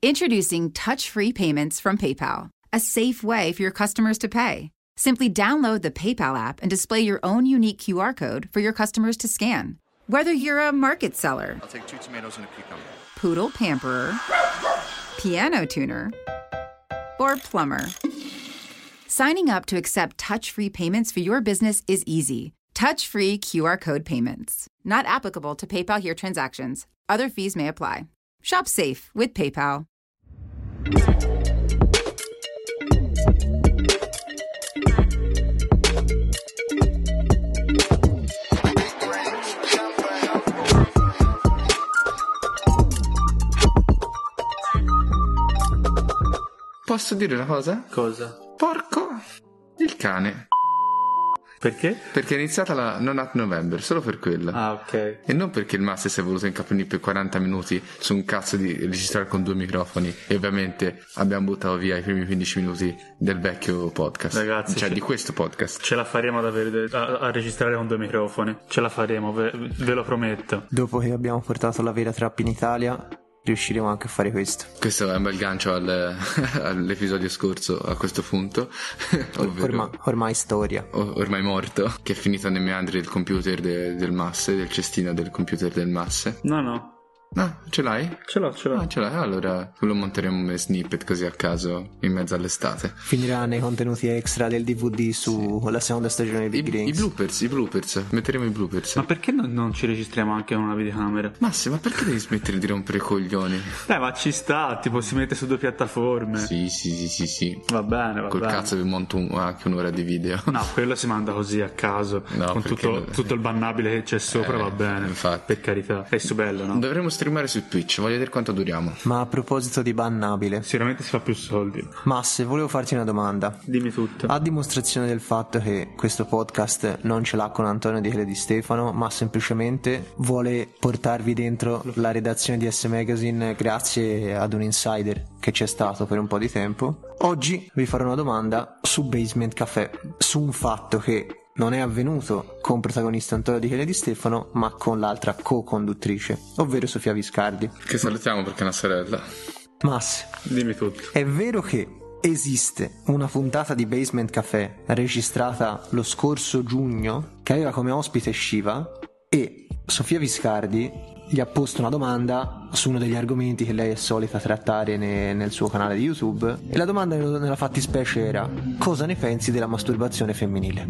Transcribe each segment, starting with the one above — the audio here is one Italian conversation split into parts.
Introducing touch-free payments from PayPal, a safe way for your customers to pay. Simply download the PayPal app and display your own unique QR code for your customers to scan. Whether you're a market seller, I'll take 2 tomatoes and a cucumber. poodle pamperer, piano tuner, or plumber, signing up to accept touch-free payments for your business is easy. Touch-free QR code payments. Not applicable to PayPal Here transactions. Other fees may apply. Shop safe with PayPal. Posso dire una cosa? Cosa? Porco il cane. Perché? Perché è iniziata la Non Nut November, solo per quella. Ah, ok. E non perché il Master si è voluto incaponire per 40 minuti su un cazzo di registrare con 2 microfoni. E ovviamente abbiamo buttato via i primi 15 minuti del vecchio podcast. Ragazzi, cioè di questo podcast. Ce la faremo a registrare con 2 microfoni. Ce la faremo, ve lo prometto. Dopo che abbiamo portato la vera trap in Italia, riusciremo anche a fare questo. Questo è un bel gancio all'episodio scorso a questo punto. Ovvero, ormai storia. Ormai morto. Che è finito nei meandri del computer del Masse, del cestino del computer del Masse. No. Ah, ce l'hai? Ce l'ho. Ah, ce l'hai? Allora lo monteremo come snippet così a caso in mezzo all'estate. Finirà nei contenuti extra del DVD sulla seconda stagione di Big Rings. I bloopers. Metteremo i bloopers. Ma perché non ci registriamo anche con una videocamera? Massimo, ma perché devi smettere di rompere i coglioni? Ma ci sta, tipo si mette su 2 piattaforme. Sì. Va bene. Col cazzo vi monto anche un'ora di video. No, quello si manda così a caso. No, con tutto il bannabile che c'è sopra, va bene. Infatti. Per carità. È su bello, no? Dovremmo streamare su Twitch, voglio vedere quanto duriamo. Ma a proposito di bannabile, Sicuramente si fa più soldi. Masse, volevo farti una domanda. Dimmi tutto. A dimostrazione del fatto che questo podcast non ce l'ha con Antonio Di Chele Di Stefano, ma semplicemente vuole portarvi dentro la redazione di S Magazine grazie ad un insider che c'è stato per un po' di tempo. Oggi vi farò una domanda su Basement Café, su un fatto che non è avvenuto con protagonista Antonio Di Chele Di Stefano, ma con l'altra co-conduttrice, ovvero Sofia Viscardi. Che salutiamo perché è una sorella. Masse, Dimmi tutto. è vero che esiste una puntata di Basement Café registrata lo scorso giugno che aveva come ospite Shiva e Sofia Viscardi gli ha posto una domanda su uno degli argomenti che lei è solita trattare nel suo canale di YouTube, e la domanda nella fattispecie era: cosa ne pensi della masturbazione femminile?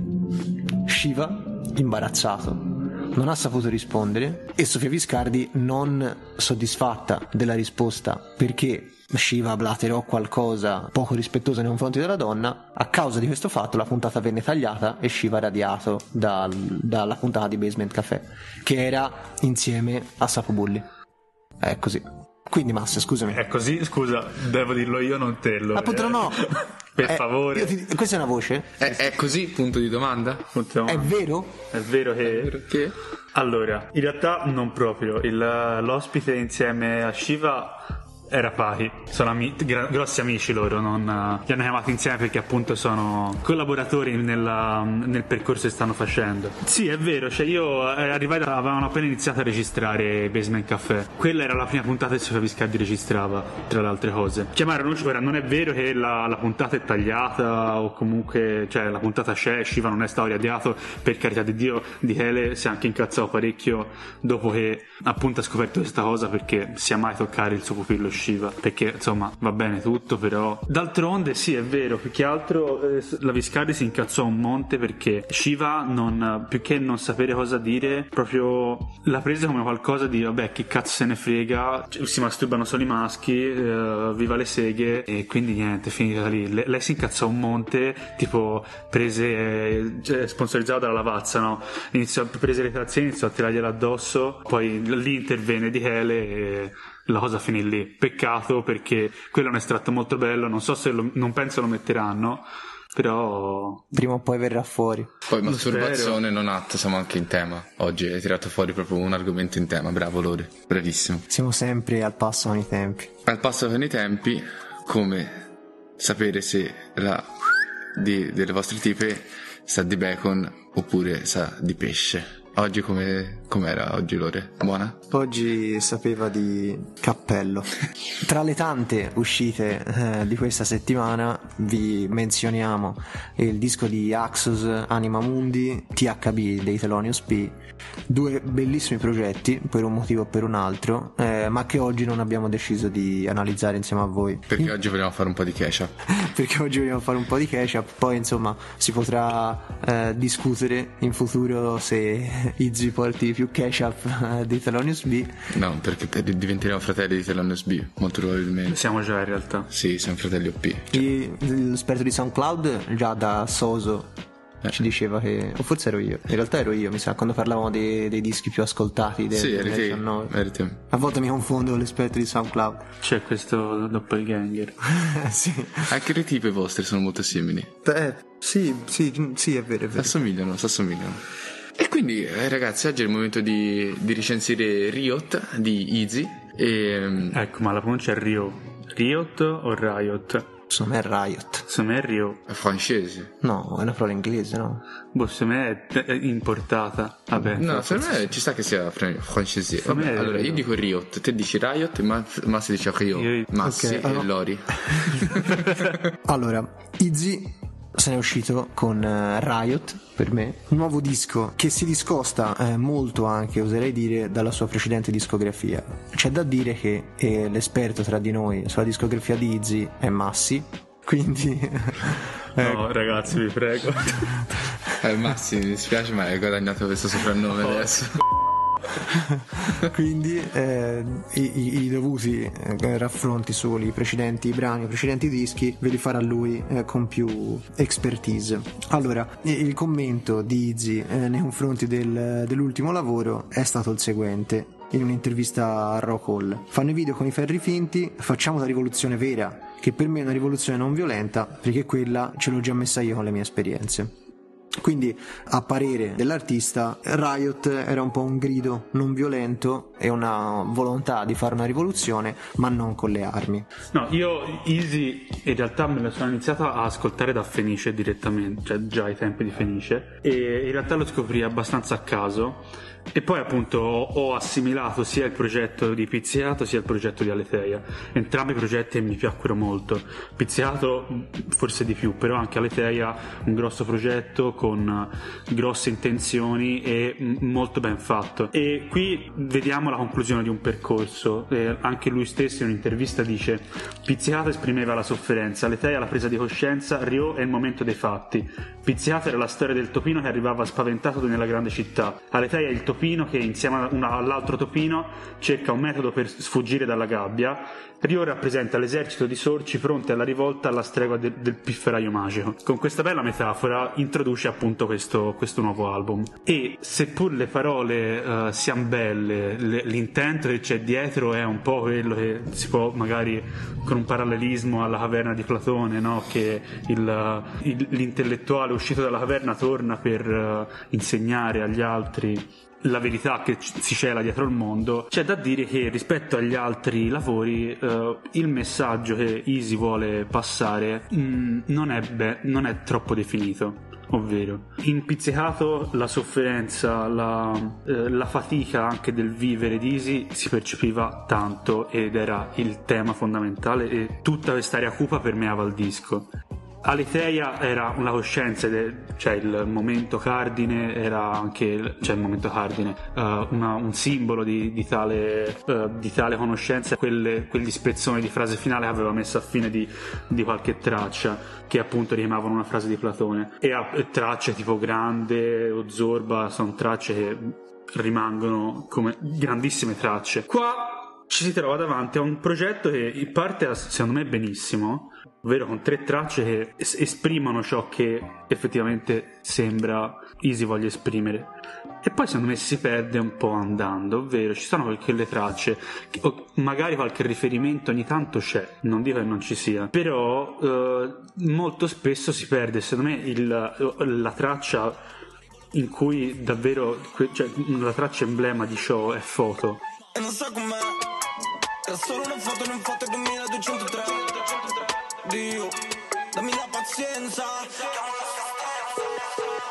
Shiva, imbarazzato, non ha saputo rispondere, e Sofia Viscardi, non soddisfatta della risposta perché Shiva blaterò qualcosa poco rispettoso nei confronti della donna, a causa di questo fatto la puntata venne tagliata e Shiva radiato dalla puntata di Basement Café, che era insieme a Sapo Bulli. È così. Quindi Massa, scusami. È così? Scusa, devo dirlo io, non te lo. Appunto no. Per favore. Questa è una voce? È così? Punto di domanda? È vero? È vero che... Che? Allora, in realtà non proprio. L'ospite insieme a Shiva era Pahi. Sono grossi amici loro, li hanno chiamati insieme perché appunto sono collaboratori nel percorso che stanno facendo. Sì, è vero, cioè io avevano appena iniziato a registrare Basement Café. Quella era la prima puntata che Sofia Viscardi registrava, tra le altre cose. Ora non è vero che la puntata è tagliata, o comunque, cioè la puntata c'è, Shiva non è stato radiato, per carità di Dio. Di Chele si è anche incazzato parecchio dopo che appunto ha scoperto questa cosa, perché sia mai toccare il suo pupillo Shiva, perché insomma va bene tutto, però d'altronde sì, è vero, più che altro la Viscardi si incazzò un monte perché Shiva, più che non sapere cosa dire, proprio l'ha presa come qualcosa di vabbè, che cazzo se ne frega, si masturbano solo i maschi, viva le seghe, e quindi niente, finita lì. Lei si incazzò un monte, tipo sponsorizzato dalla Lavazza, no? Prese le tazzine, iniziò a tirargliela addosso, poi lì intervenne Di Chele e la cosa finì lì. Peccato, perché quello è un estratto molto bello, non so se non penso lo metteranno, però prima o poi verrà fuori. Poi masturbazione non atto, siamo anche in tema. Oggi hai tirato fuori proprio un argomento in tema. Bravo Lore, bravissimo. Siamo sempre al passo con i tempi. Al passo con i tempi, come sapere se delle vostre tipe sa di bacon oppure sa di pesce. Oggi com'era oggi, Lore? Buona? Oggi sapeva di cappello. Tra le tante uscite di questa settimana vi menzioniamo il disco di Axos, Anima Mundi, THB dei Thelonious P, due bellissimi progetti per un motivo o per un altro, ma che oggi non abbiamo deciso di analizzare insieme a voi. Perché oggi vogliamo fare un po' di catch-up. Perché oggi vogliamo fare un po' di catch-up, poi insomma si potrà discutere in futuro se Izzy porti più catch-up di Thelonious B. No, perché diventeremo fratelli di Thelonious B, molto probabilmente. Siamo già in realtà. Sì, siamo fratelli OP. L'esperto di SoundCloud già da Soso ci diceva che, o forse ero io, in realtà ero io, mi sa, quando parlavamo dei dischi più ascoltati del Sì, 2019. eri te. A volte mi confondo l'esperto di SoundCloud. C'è questo doppelganger. Sì. Anche le tipe vostre sono molto simili. Sì, è vero, è vero. S'assomigliano. E quindi ragazzi, oggi è il momento di recensire Riot di Easy. Ecco, ma la pronuncia è Riot o Riot? Secondo me è Riot. Secondo me è Riot. È francese. No, è una parola inglese, no? Boh, secondo me è importata. Vabbè. No, secondo me ci sta che sia francese. Secondo me è allora io Riot. dico Riot, te dici Riot e Massi dice Riot. Massi Ok, e allora. Lori. Allora, Izzy se ne è uscito con Riot, per me, un nuovo disco che si discosta molto anche, oserei dire, dalla sua precedente discografia. C'è da dire che l'esperto tra di noi sulla discografia di Izzy è Massi, quindi No, ragazzi, vi prego. Massi, mi dispiace, ma hai guadagnato questo soprannome adesso. quindi i dovuti raffronti sui precedenti brani, i precedenti dischi ve li farà lui con più expertise. Allora, il commento di Izzy nei confronti dell'ultimo lavoro è stato il seguente: in un'intervista a Rock Hall: fanno i video con i ferri finti, facciamo la rivoluzione vera, che per me è una rivoluzione non violenta, perché quella ce l'ho già messa io con le mie esperienze. Quindi, a parere dell'artista, Riot era un po' un grido non violento e una volontà di fare una rivoluzione, ma non con le armi. No, io Easy in realtà me la sono iniziata a ascoltare da Fenice direttamente, cioè già ai tempi di Fenice, e in realtà lo scoprì abbastanza a caso. E poi appunto ho assimilato sia il progetto di Pizzicato sia il progetto di Aletheia. Entrambi i progetti mi piacquero molto. Pizzicato forse di più, però anche Aletheia un grosso progetto con grosse intenzioni e molto ben fatto. E qui vediamo la conclusione di un percorso. Anche lui stesso in un'intervista dice: Pizzicato esprimeva la sofferenza, Aletheia la presa di coscienza, Rio è il momento dei fatti. Pizzicato era la storia del topino che arrivava spaventato nella grande città. Aletheia è il topino che insieme all'altro topino cerca un metodo per sfuggire dalla gabbia. Rio rappresenta l'esercito di sorci pronti alla rivolta alla stregua del pifferaio magico. Con questa bella metafora introduce appunto questo nuovo album. E seppur le parole siano belle, l'intento che c'è dietro è un po' quello che si può magari, con un parallelismo alla caverna di Platone, no? Che l'intellettuale uscito dalla caverna torna per insegnare agli altri la verità che si cela dietro il mondo. C'è da dire che rispetto agli altri lavori il messaggio che Easy vuole passare non è troppo definito. Ovvero, in Pizzicato la sofferenza, la fatica anche del vivere di Easy si percepiva tanto ed era il tema fondamentale, e tutta quest'area cupa permeava il disco. Aletheia era una coscienza, cioè il momento cardine era anche, cioè il momento cardine, un simbolo di tale conoscenza, quegli spezzoni di frase finale che aveva messo a fine di qualche traccia, che appunto richiamavano una frase di Platone, e tracce tipo Grande o Zorba sono tracce che rimangono come grandissime tracce. Qua ci si trova davanti a un progetto che parte secondo me benissimo, ovvero con 3 tracce che esprimono ciò che effettivamente sembra Easy voglia esprimere, e poi secondo me si perde un po' andando, ovvero ci sono quelle tracce magari qualche riferimento ogni tanto c'è, non dico che non ci sia, però molto spesso si perde secondo me la traccia in cui davvero, cioè la traccia emblema di ciò è Foto. E non so com'è, era solo una foto in un foto 2203. Dio, dammi la pazienza. Non mi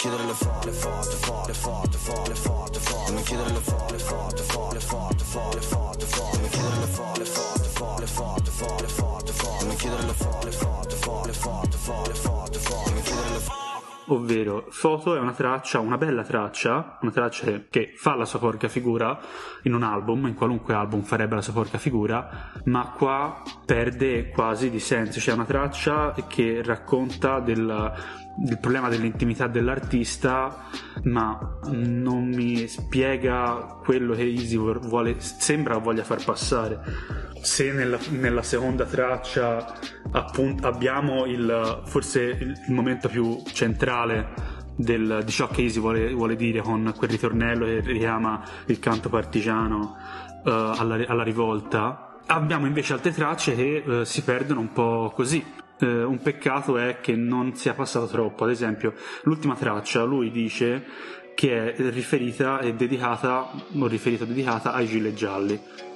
chiedere le foto, le foto, le foto, le foto, le foto, le foto, le foto. Non mi chiedere le foto, le foto, le foto, le foto, le foto, le foto, le foto. Non mi chiedere le foto, le foto, le foto, le foto, le foto, le foto, le foto. Non mi chiedere le foto, le foto, le foto, le foto, le foto, le foto, le foto. Non mi chiedere le foto. Ovvero, Foto è una traccia, una bella traccia, una traccia che fa la sua porca figura in un album, in qualunque album farebbe la sua porca figura, ma qua perde quasi di senso. C'è una traccia che racconta del problema dell'intimità dell'artista, ma non mi spiega quello che Easy sembra voglia far passare. Se nella seconda traccia appunto abbiamo forse il momento più centrale di ciò che Easy vuole dire con quel ritornello che richiama il canto partigiano alla rivolta, abbiamo invece altre tracce che si perdono un po' così. Un peccato è che non sia passato troppo. Ad esempio, l'ultima traccia lui dice che è riferita e dedicata ai gilet gialli.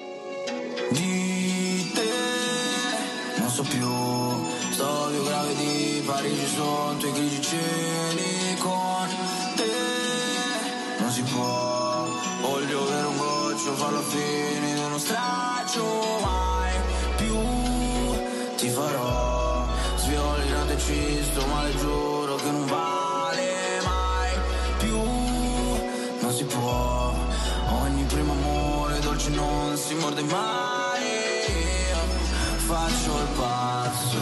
Di te non so più, sto più grave di Parigi sotto i grigi cieli. Con te non si può, voglio avere un goccio, farlo finire uno straccio. Mai più ti farò sviolino deciso, ma le giuro che non vale mai più. Non si può, ogni primo amore dolce non si morde mai. Faccio il pazzo,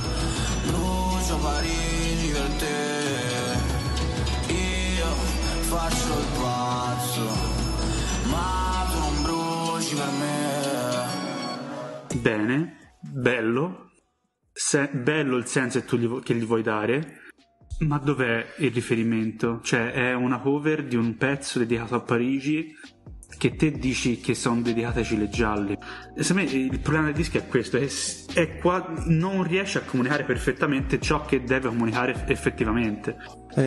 brucio Parigi per te. Io faccio il pazzo, ma tu non bruci per me. Bene, bello, bello il senso che gli vuoi dare, ma dov'è il riferimento? Cioè è una cover di un pezzo dedicato a Parigi che te dici che sono dedicate ai gilet gialli. E secondo me il problema del disco è questo, è qua non riesce a comunicare perfettamente ciò che deve comunicare effettivamente.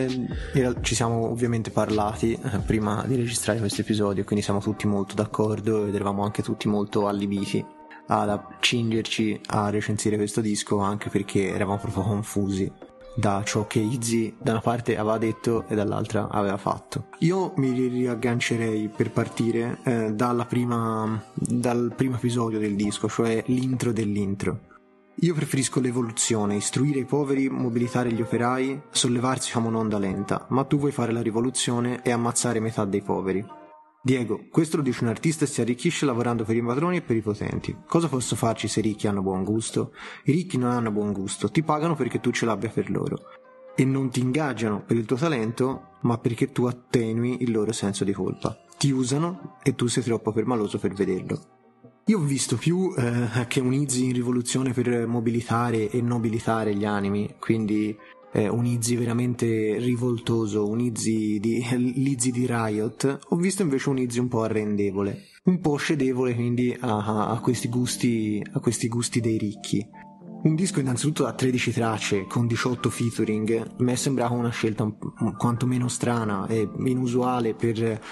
Ci siamo ovviamente parlati prima di registrare questo episodio, quindi siamo tutti molto d'accordo ed eravamo anche tutti molto allibiti ad accingerci a recensire questo disco, anche perché eravamo proprio confusi da ciò che Izzy da una parte aveva detto e dall'altra aveva fatto. Io mi riaggancerei per partire dal primo episodio del disco, cioè l'intro dell'intro. Io preferisco l'evoluzione, istruire i poveri, mobilitare gli operai, sollevarsi come un'onda lenta, ma tu vuoi fare la rivoluzione e ammazzare metà dei poveri. Diego, questo lo dice un artista e si arricchisce lavorando per i padroni e per i potenti. Cosa posso farci se i ricchi hanno buon gusto? I ricchi non hanno buon gusto, ti pagano perché tu ce l'abbia per loro. E non ti ingaggiano per il tuo talento, ma perché tu attenui il loro senso di colpa. Ti usano e tu sei troppo permaloso per vederlo. Io ho visto più che un Izzy in rivoluzione per mobilitare e nobilitare gli animi, quindi un Izzy veramente rivoltoso, l'Izzy di Riot. Ho visto invece un Izzy un po' arrendevole, un po' scedevole, quindi a questi gusti dei ricchi. Un disco innanzitutto da 13 tracce con 18 featuring mi è sembrata una scelta quantomeno strana e inusuale per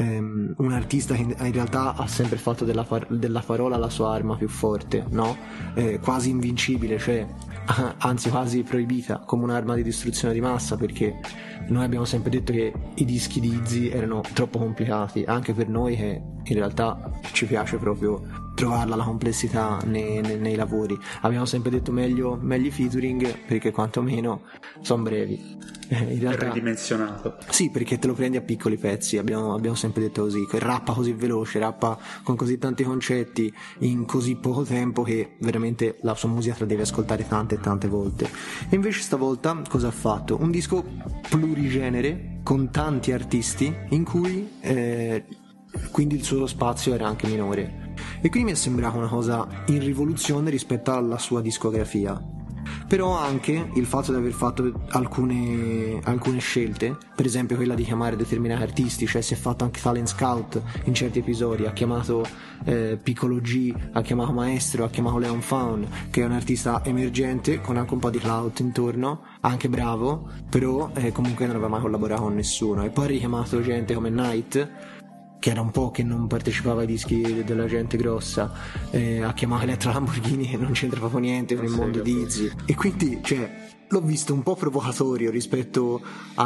un artista che in realtà ha sempre fatto della parola la sua arma più forte, no? Quasi invincibile, cioè anzi quasi proibita come un'arma di distruzione di massa, perché noi abbiamo sempre detto che i dischi di Izzy erano troppo complicati anche per noi, che in realtà ci piace proprio trovarla la complessità nei lavori. Abbiamo sempre detto meglio i featuring perché quantomeno sono brevi. In realtà è ridimensionato. Sì, perché te lo prendi a piccoli pezzi. Abbiamo sempre detto così, che rappa così veloce, rappa con così tanti concetti in così poco tempo che veramente la sua musica te la devi ascoltare tante e tante volte. E invece stavolta cosa ha fatto? Un disco plurigenere con tanti artisti in cui quindi il suo spazio era anche minore. E quindi mi è sembrata una cosa in rivoluzione rispetto alla sua discografia. Però anche il fatto di aver fatto alcune scelte, per esempio quella di chiamare determinati artisti, cioè si è fatto anche talent scout in certi episodi, ha chiamato Piccolo G, ha chiamato Maestro, ha chiamato Leon Faun, che è un artista emergente con anche un po' di clout intorno, anche bravo, però comunque non aveva mai collaborato con nessuno. E poi ha richiamato gente come Night, che era un po' che non partecipava ai dischi della gente grossa, a chiamare Elettra Lamborghini e non c'entra proprio niente con il mondo di Izzy, e quindi cioè l'ho visto un po' provocatorio rispetto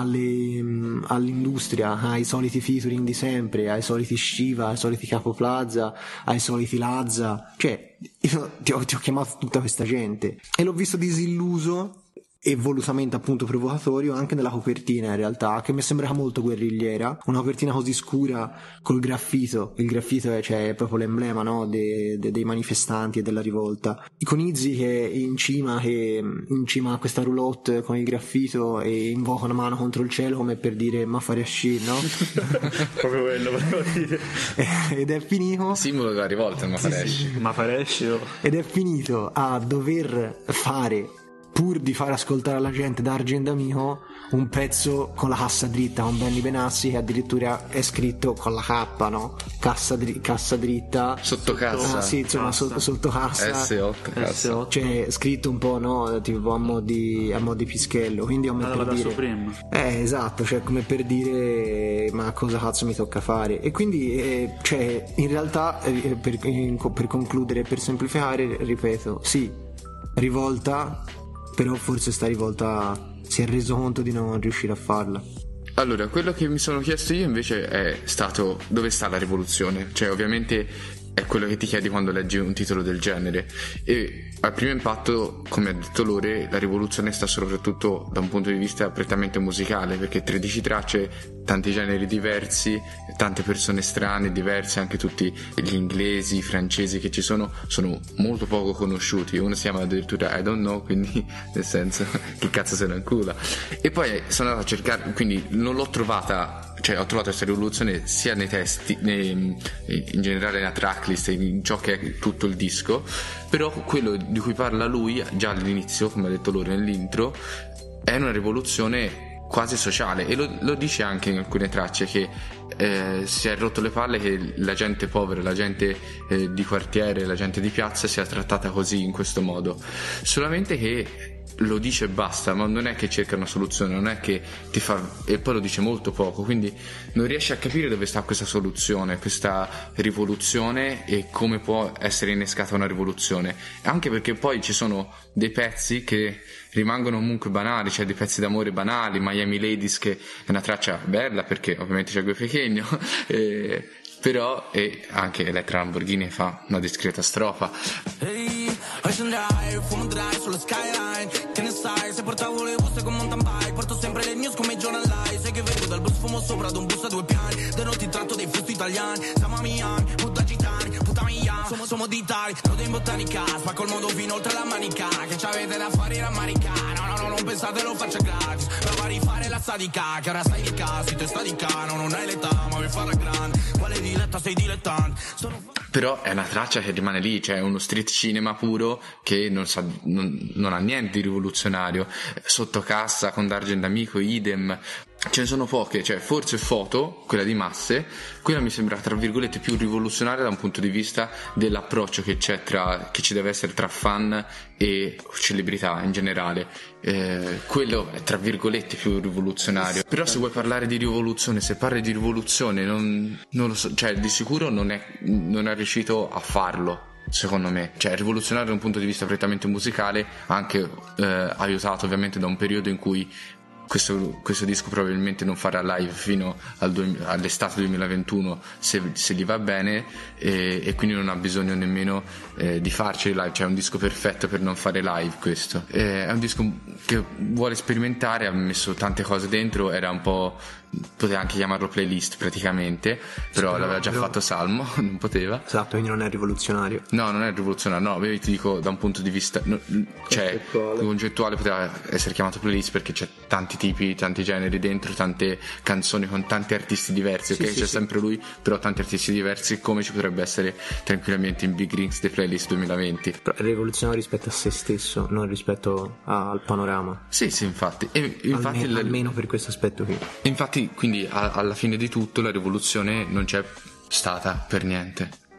all'industria, ai soliti featuring di sempre, ai soliti Shiva, ai soliti Capo Plaza, ai soliti Lazza. Cioè io ti ho chiamato tutta questa gente e l'ho visto disilluso e volutamente appunto provocatorio anche nella copertina, in realtà, che mi sembrava molto guerrigliera, una copertina così scura col graffito. Il graffito è proprio l'emblema, no? dei manifestanti e della rivolta, con Izzy che in cima a questa roulotte con il graffito e invoca una mano contro il cielo come per dire ma fare asci, no? Proprio quello volevo dire. Ed è finito simbolo della rivolta, ma fare asci. Ma fare asci, ed è finito a dover fare, pur di far ascoltare alla gente da Argent Amico, un pezzo con la cassa dritta, con Benny Benassi, che addirittura è scritto con la K, no? Cassa dritta sotto cassa, sì, insomma, sotto cassa S8 cassa. Cioè scritto un po', no? Tipo a mo' di pischello, quindi come per dire esatto, cioè come per dire ma cosa cazzo mi tocca fare. E quindi cioè in realtà per concludere, per semplificare, ripeto, sì, rivolta, però forse sta rivolta si è reso conto di non riuscire a farla. Allora, quello che mi sono chiesto io invece è stato: dove sta la rivoluzione? Cioè, ovviamente è quello che ti chiedi quando leggi un titolo del genere, e al primo impatto, come ha detto Lore, la rivoluzione sta soprattutto da un punto di vista prettamente musicale, perché 13 tracce, tanti generi diversi, tante persone strane, diverse, anche tutti gli inglesi, i francesi che ci sono molto poco conosciuti. Uno si chiama addirittura I Don't Know, quindi nel senso che cazzo se ne incula. E poi sono andato a cercare, quindi non l'ho trovata, cioè ho trovato questa rivoluzione sia nei testi, in generale nella tracklist, in ciò che è tutto il disco, però quello di cui parla lui già all'inizio, come ha detto loro nell'intro, è una rivoluzione quasi sociale, e lo dice anche in alcune tracce che si è rotto le palle che la gente povera, la gente di quartiere, la gente di piazza sia trattata così, in questo modo. Solamente che lo dice e basta, ma non è che cerca una soluzione, non è che ti fa, e poi lo dice molto poco, quindi non riesci a capire dove sta questa soluzione, questa rivoluzione, e come può essere innescata una rivoluzione, anche perché poi ci sono dei pezzi che rimangono comunque banali, cioè dei pezzi d'amore banali. Miami Ladies, che è una traccia bella perché ovviamente c'è Gue Pechegno, però, e anche Elettra Lamborghini fa una discreta strofa. Fumo dry sulla skyline, che ne sai, se portavo le buste con mountain bike, porto sempre le news come giornal live, sai che vengo dal bus, fumo sopra ad un bus a 2 piani, da notti tratto dei flutti italiani, siamo a Miami, butta gitani, puttami young, sono d'Italia, rodo in botanica, spacco il mondo fino oltre la manica, che c'avete da fare rammaricare, no, non pensate lo faccia gratis, prova a rifare la sadica, che ora sai di casi, testa di cano, non hai l'età, ma vuoi farla grande, quale diletta sei dilettante, Però è una traccia che rimane lì, cioè uno street cinema puro che non ha niente di rivoluzionario. Sotto cassa con D'Argent Amico, idem. Ce ne sono poche, cioè forse Foto, quella di Masse, quella mi sembra tra virgolette più rivoluzionaria da un punto di vista dell'approccio che c'è che ci deve essere tra fan e celebrità in generale. Quello è tra virgolette più rivoluzionario. Però se vuoi parlare di rivoluzione, se parli di rivoluzione, non lo so, cioè di sicuro non è riuscito a farlo, secondo me. Cioè rivoluzionario da un punto di vista prettamente musicale, anche aiutato ovviamente da un periodo in cui questo disco probabilmente non farà live fino all'estate 2021 se gli va bene, e quindi non ha bisogno nemmeno di farci live, cioè è un disco perfetto per non fare live. Questo è un disco che vuole sperimentare, ha messo tante cose dentro, era un po', poteva anche chiamarlo playlist praticamente, però l'aveva già fatto Salmo, non poteva. Esatto, quindi non è rivoluzionario. No, non è rivoluzionario, no, io ti dico da un punto di vista cioè concettuale poteva essere chiamato playlist perché c'è tanti tipi, tanti generi dentro, tante canzoni con tanti artisti diversi, ok? C'è sempre lui, però tanti artisti diversi, come ci potrebbe essere tranquillamente in Big Rings The Playlist 2020. Però è rivoluzionario rispetto a se stesso, non rispetto al panorama. Sì, infatti. E infatti almeno per questo aspetto qui. Infatti, quindi alla fine di tutto la rivoluzione non c'è stata per niente.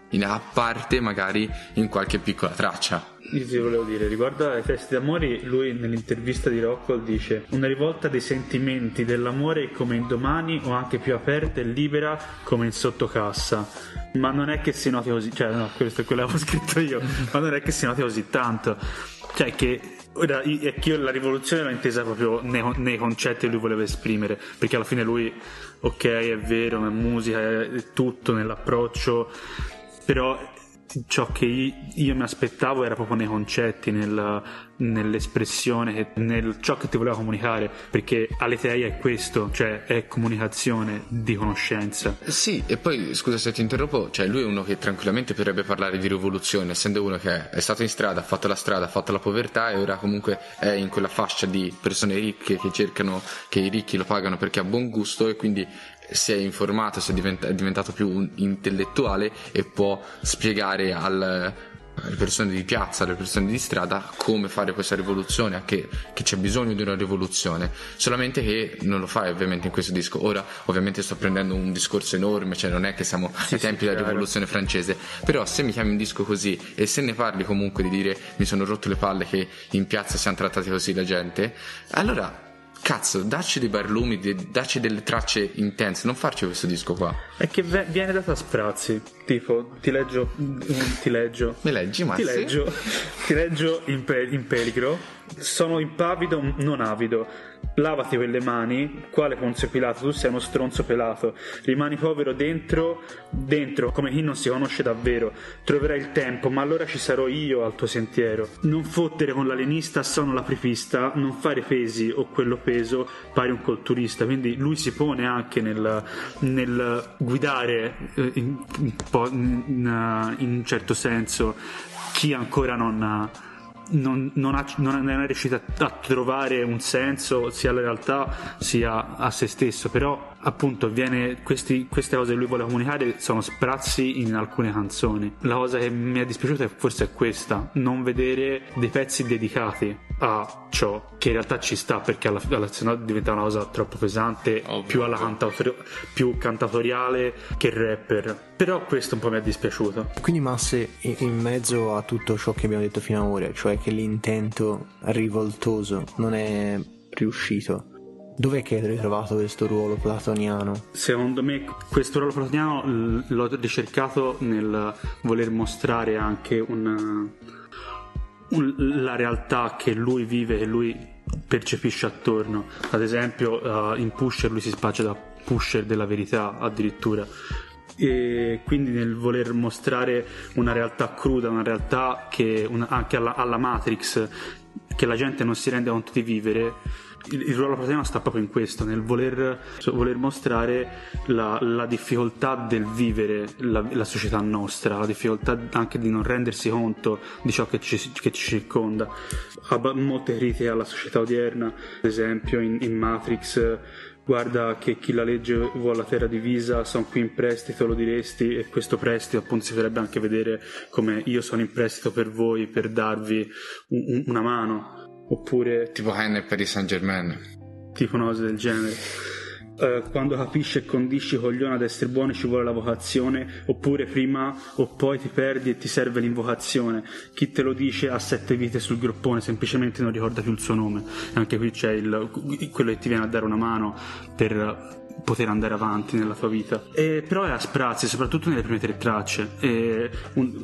a parte magari in qualche piccola traccia. Io ti volevo dire, riguardo ai testi d'amore, lui nell'intervista di Rockwell dice: una rivolta dei sentimenti dell'amore come in Domani, o anche più aperta e libera come in Sottocassa, ma non è che si noti così, cioè no, questo è quello che avevo scritto io, ma non è che si noti così tanto, cioè che ora è che io la rivoluzione l'ho intesa proprio nei concetti che lui voleva esprimere, perché alla fine lui, ok, è vero, è musica, è tutto nell'approccio, però ciò che io mi aspettavo era proprio nei concetti, nell'espressione, nel ciò che ti voleva comunicare, perché Aletheia è questo, cioè è comunicazione di conoscenza. Sì, e poi scusa se ti interrompo, cioè lui è uno che tranquillamente potrebbe parlare di rivoluzione, essendo uno che è stato in strada, ha fatto la strada, ha fatto la povertà e ora comunque è in quella fascia di persone ricche che cercano che i ricchi lo pagano perché ha buon gusto, e quindi si è informato, è diventato più intellettuale e può spiegare alle persone di piazza, alle persone di strada come fare questa rivoluzione, che c'è bisogno di una rivoluzione, solamente che non lo fa ovviamente in questo disco. Ora ovviamente sto prendendo un discorso enorme, cioè non è che siamo ai tempi della rivoluzione francese, però se mi chiami un disco così e se ne parli comunque di dire mi sono rotto le palle che in piazza siamo trattati così la gente, allora cazzo, dacci dei barlumi, dacci delle tracce intense, non farci questo disco qua. È che viene dato a sprazzi, tipo ti leggo mi leggi, ma ti leggo in Peligro: sono impavido, non avido, lavati quelle mani, quale Ponzio Pilato, tu sei uno stronzo pelato, rimani povero dentro come chi non si conosce davvero, troverai il tempo, ma allora ci sarò io al tuo sentiero, non fottere con l'alienista, sono l'apripista, non fare pesi o quello peso, pari un culturista. Quindi lui si pone anche nel guidare in un certo senso chi ancora non è riuscito a trovare un senso sia alla realtà sia a se stesso. Però appunto queste cose che lui vuole comunicare sono sprazzi in alcune canzoni. La cosa che mi è dispiaciuta forse è questa, non vedere dei pezzi dedicati a ciò, che in realtà ci sta, perché se no diventa una cosa troppo pesante, più più cantatoriale che rapper. Però questo un po' mi è dispiaciuto. Quindi Masse, in mezzo a tutto ciò che abbiamo detto fino ad ora, cioè che l'intento rivoltoso non è riuscito, dov'è che hai ritrovato questo ruolo platoniano? Secondo me questo ruolo platoniano l'ho ricercato nel voler mostrare anche la realtà che lui vive, che lui percepisce attorno. Ad esempio in Pusher lui si spaccia da pusher della verità addirittura, e quindi nel voler mostrare una realtà cruda, una realtà che anche alla Matrix, che la gente non si rende conto di vivere. Il ruolo platoniano sta proprio in questo, nel voler mostrare la difficoltà del vivere la società nostra, la difficoltà anche di non rendersi conto di ciò che ci circonda. Ha molte critiche alla società odierna, ad esempio in Matrix: guarda che chi la legge vuole la terra divisa, sono qui in prestito, lo diresti, e questo prestito appunto si potrebbe anche vedere come io sono in prestito per voi per darvi una mano. Oppure tipo Henry per i Saint-Germain, tipo una cosa del genere. Quando capisci e condisci coglione ad essere buoni ci vuole la vocazione, oppure prima o poi ti perdi e ti serve l'invocazione. Chi te lo dice ha 7 vite sul groppone, semplicemente non ricorda più il suo nome. E anche qui c'è quello che ti viene a dare una mano per poter andare avanti nella tua vita. Però è a sprazzi, soprattutto nelle prime 3 tracce.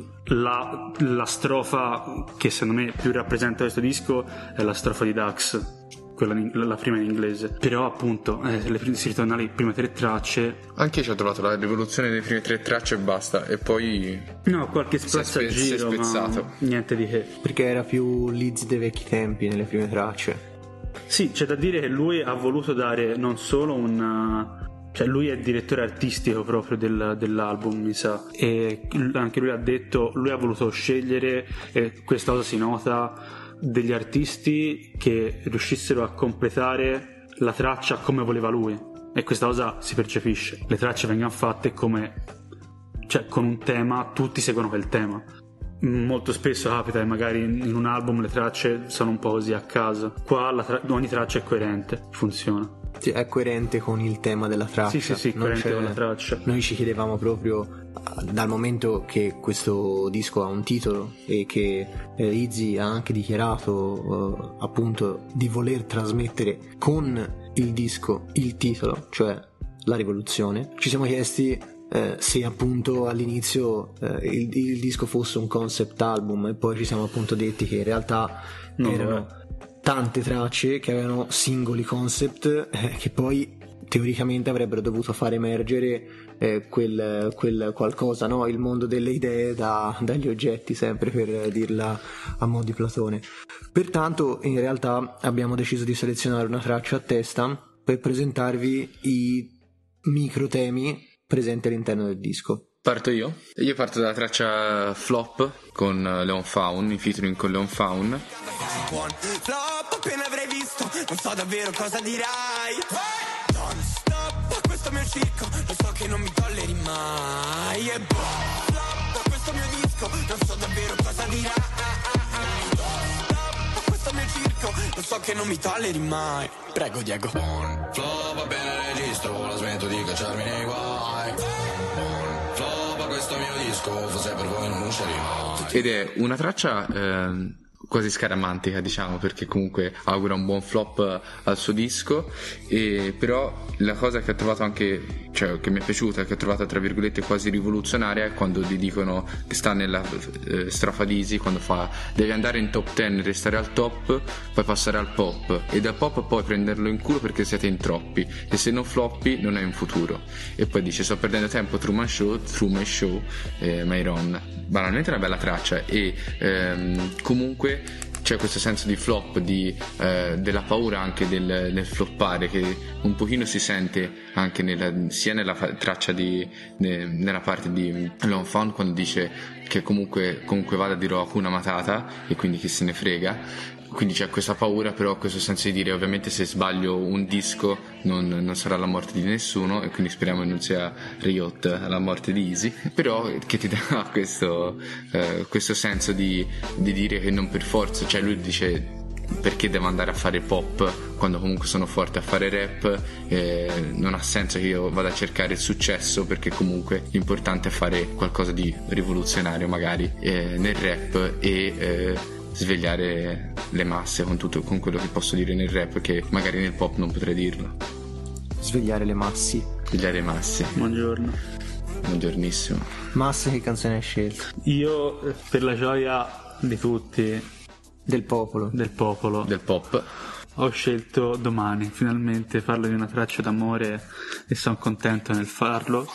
La strofa che secondo me più rappresenta questo disco è la strofa di Dax, la prima in inglese. Però appunto si ritorna alle prime 3 tracce. Anche io ci ho trovato la rivoluzione delle prime 3 tracce e basta, e poi qualche sprazzaggiro, ma niente di che, perché era più Leeds dei vecchi tempi nelle prime tracce. Sì, c'è da dire che lui ha voluto dare non solo cioè lui è il direttore artistico proprio dell'album, mi sa, e anche lui ha detto, lui ha voluto scegliere, e questa cosa si nota, degli artisti che riuscissero a completare la traccia come voleva lui, e questa cosa si percepisce. Le tracce vengono fatte cioè con un tema, tutti seguono quel tema. Molto spesso capita che magari in un album le tracce sono un po' così a caso. Qua ogni traccia è coerente, funziona. è coerente con il tema della traccia. Sì, coerente con la traccia. Noi ci chiedevamo proprio, dal momento che questo disco ha un titolo e che Izzy ha anche dichiarato appunto di voler trasmettere con il disco il titolo, cioè la rivoluzione, ci siamo chiesti se appunto all'inizio il disco fosse un concept album, e poi ci siamo appunto detti che in realtà erano tante tracce che avevano singoli concept che poi teoricamente avrebbero dovuto far emergere quel qualcosa, no? Il mondo delle idee dagli oggetti, sempre per dirla a mo' di Platone. Pertanto in realtà abbiamo deciso di selezionare una traccia a testa per presentarvi i micro temi presenti all'interno del disco. Parto io? Io parto dalla traccia Flop con Leon Faun, in featuring con Leon Faun. Flop appena avrai visto, non so davvero cosa dirai. Non stop, questo mio circo, lo so che non mi tolleri mai. E flop, questo mio disco, non so davvero cosa dirai. Stop, questo mio circo, lo so che non mi tolleri mai. Prego Diego. Flop appena registro, la smetto di cacciarmi nei guai. Flop questo mio disco, forse per voi non uscirà mai. Ed è una traccia quasi scaramantica, diciamo, perché comunque augura un buon flop al suo disco. E però la cosa che ho trovato anche, cioè che mi è piaciuta, che ho trovato tra virgolette quasi rivoluzionaria, è quando gli dicono che sta nella strofa di Easy, quando fa devi andare in top 10, restare al top, poi passare al pop, e dal pop poi prenderlo in culo perché siete in troppi, e se non floppi non hai un futuro. E poi dice sto perdendo tempo through my show, my run. Banalmente una bella traccia. E comunque c'è questo senso di flop, della paura anche del floppare, che un pochino si sente anche sia nella traccia nella parte di Leon Faun, quando dice che comunque vada dirò Hakuna Matata, e quindi chi se ne frega. Quindi c'è questa paura, però questo senso di dire ovviamente se sbaglio un disco non sarà la morte di nessuno, e quindi speriamo che non sia Riot alla morte di Easy, però che ti dà questo senso di dire che non per forza, cioè lui dice perché devo andare a fare pop quando comunque sono forte a fare rap, non ha senso che io vada a cercare il successo, perché comunque l'importante è fare qualcosa di rivoluzionario magari nel rap, e svegliare le masse con quello che posso dire nel rap, che magari nel pop non potrei dirlo. Svegliare le massi. Svegliare le masse. Buongiornissimo. Masse, che canzone hai scelto? Io, per la gioia di tutti, del popolo, del pop, ho scelto Domani. Finalmente parlo di una traccia d'amore e sono contento nel farlo.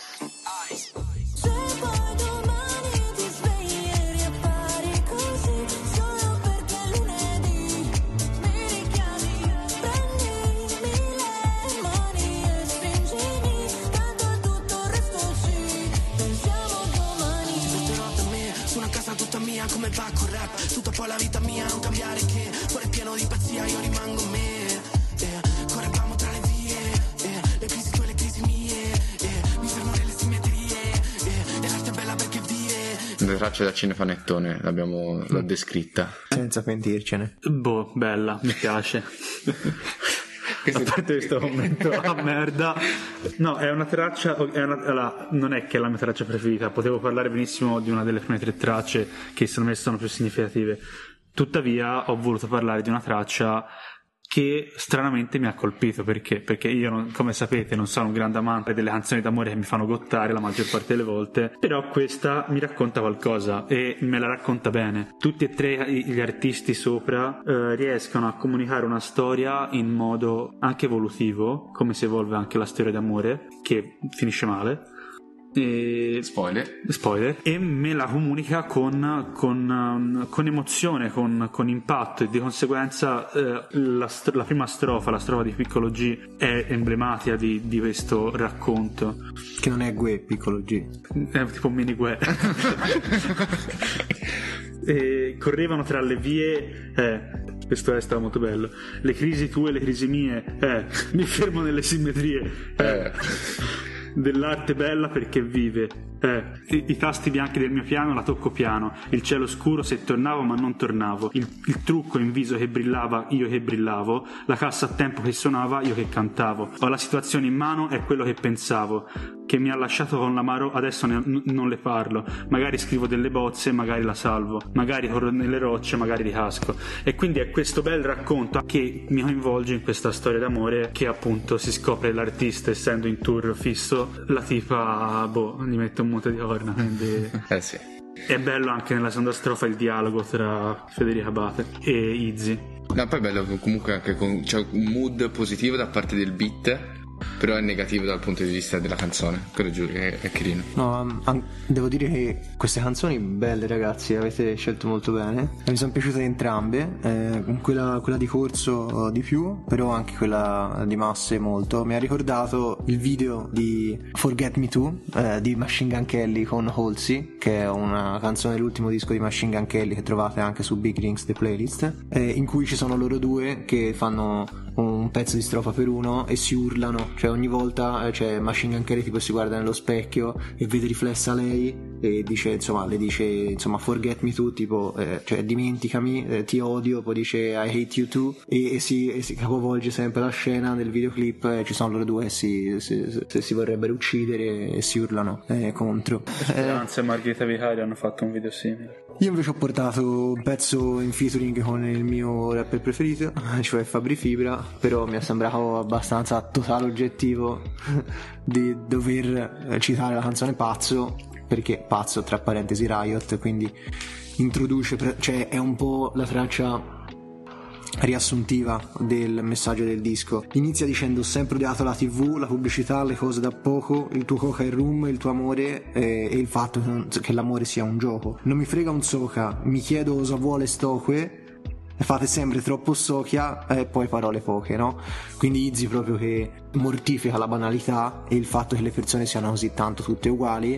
Come va con rap, tutta poi la vita mia, non cambiare che cuore pieno di pazzia, io rimango me, correvamo tra le vie, le crisi tue, le crisi mie, mi fermo nelle simmetrie, e l'arte è bella perché vive. Una traccia da cinepanettone, l'ho descritta senza pentircene. Bella, mi piace. A parte questo momento a merda. No, è una traccia, non è che è la mia traccia preferita, potevo parlare benissimo di una delle prime 3 tracce che secondo me sono più significative, tuttavia ho voluto parlare di una traccia che stranamente mi ha colpito. Perché io, come sapete, non sono un grande amante delle canzoni d'amore che mi fanno gottare la maggior parte delle volte, però questa mi racconta qualcosa e me la racconta bene. Tutti e 3 gli artisti sopra riescono a comunicare una storia in modo anche evolutivo, come si evolve anche la storia d'amore, che finisce male. Spoiler. E me la comunica con emozione, con impatto, e di conseguenza la prima strofa, la strofa di Piccolo G, è emblematica di questo racconto, che non è Gue, Piccolo G, è tipo mini Gue. E correvano tra le vie, questo stava molto bello, le crisi tue, le crisi mie, mi fermo nelle simmetrie, dell'arte bella perché vive. I tasti bianchi del mio piano la tocco piano, il cielo scuro se tornavo ma non tornavo, il trucco in viso che brillava, io che brillavo, la cassa a tempo che suonava, io che cantavo. Ho la situazione in mano, è quello che pensavo, che mi ha lasciato con l'amaro, adesso non le parlo, magari scrivo delle bozze, magari la salvo, magari corro nelle rocce, magari ricasco. E quindi è questo bel racconto che mi coinvolge in questa storia d'amore, che appunto si scopre l'artista essendo in tour fisso, la tipa gli mette un muto di corna, quindi sì. È bello anche nella seconda strofa il dialogo tra Federica Abate e Izzy. No, poi è bello comunque anche c'è un mood positivo da parte del beat, però è negativo dal punto di vista della canzone. Quello giuro che è carino. No, devo dire che queste canzoni belle, ragazzi, avete scelto molto bene. Mi sono piaciute entrambe, quella di Corso di più, però anche quella di Masse molto. Mi ha ricordato il video di Forget Me Too di Machine Gun Kelly con Halsey, che è una canzone dell'ultimo disco di Machine Gun Kelly che trovate anche su Big Rings The Playlist, in cui ci sono loro due che fanno un pezzo di strofa per uno e si urlano, cioè ogni volta c'è Machine Gun Kelly tipo si guarda nello specchio e vede riflessa lei e le dice forget me too, tipo cioè dimenticami, ti odio, poi dice I hate you too e si capovolge sempre la scena del videoclip, ci sono loro due si vorrebbero uccidere e si urlano contro. Speranza e Margherita Vicario hanno fatto un video simile. Io invece ho portato un pezzo in featuring con il mio rapper preferito, cioè Fabri Fibra, però mi è sembrato abbastanza totale oggettivo di dover citare la canzone Pazzo, perché Pazzo tra parentesi Riot, quindi introduce, cioè è un po' la traccia riassuntiva del messaggio del disco. Inizia dicendo: ho sempre odiato la TV, la pubblicità, le cose da poco, il tuo coca e rum, il tuo amore e il fatto che l'amore sia un gioco. Non mi frega un soca, mi chiedo cosa vuole stoque, fate sempre troppo sochia e poi parole poche, no? Quindi Izzy proprio che mortifica la banalità e il fatto che le persone siano così tanto tutte uguali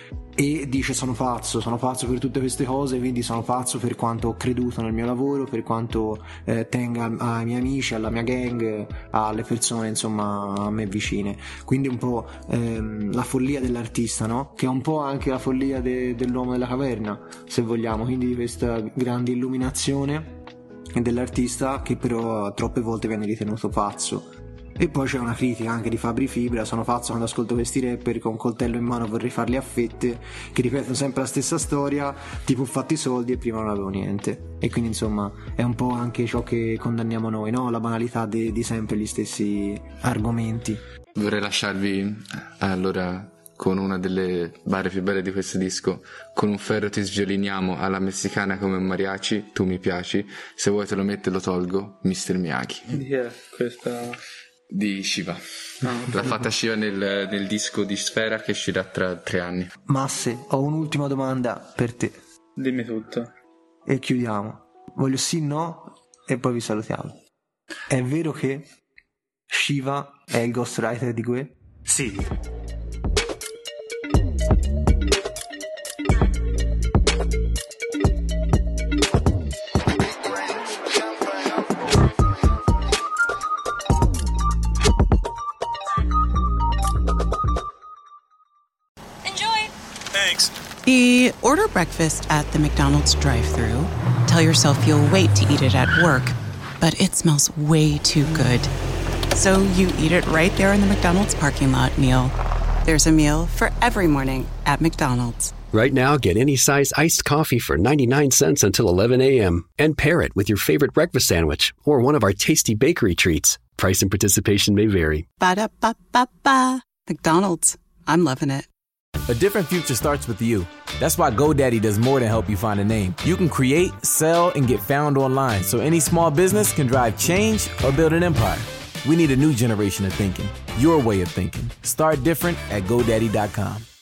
e dice sono pazzo per tutte queste cose, quindi sono pazzo per quanto ho creduto nel mio lavoro, per quanto tenga ai miei amici, alla mia gang, alle persone insomma a me vicine. Quindi un po' la follia dell'artista, no? Che è un po' anche la follia dell'uomo della caverna, se vogliamo, quindi questa grande illuminazione dell'artista che però troppe volte viene ritenuto pazzo. E poi c'è una critica anche di Fabri Fibra: sono pazzo quando ascolto questi rapper con un coltello in mano vorrei farli a fette, che ripetono sempre la stessa storia, tipo ho fatto i soldi e prima non avevo niente. E quindi insomma è un po' anche ciò che condanniamo noi, no? La banalità di sempre gli stessi argomenti. Vorrei lasciarvi allora con una delle barre più belle di questo disco: con un ferro ti svioliniamo alla messicana come un mariachi, tu mi piaci, se vuoi te lo metto e lo tolgo, Mr. Miyagi. Questa di Shiva. L'ha fatta Shiva nel disco di Sfera che uscirà tra 3 anni. Masse, ho un'ultima domanda per te. Dimmi tutto. E chiudiamo. Voglio sì, no e poi vi salutiamo. È vero che Shiva è il ghostwriter di Gue? Sì. Order breakfast at the McDonald's drive-thru. Tell yourself you'll wait to eat it at work, but it smells way too good. So you eat it right there in the McDonald's parking lot meal. There's a meal for every morning at McDonald's. Right now, get any size iced coffee for 99 cents until 11 a.m. and pair it with your favorite breakfast sandwich or one of our tasty bakery treats. Price and participation may vary. Ba-da-ba-ba-ba. McDonald's. I'm loving it. A different future starts with you. That's why GoDaddy does more than help you find a name. You can create, sell, and get found online so any small business can drive change or build an empire. We need a new generation of thinking, your way of thinking. Start different at GoDaddy.com.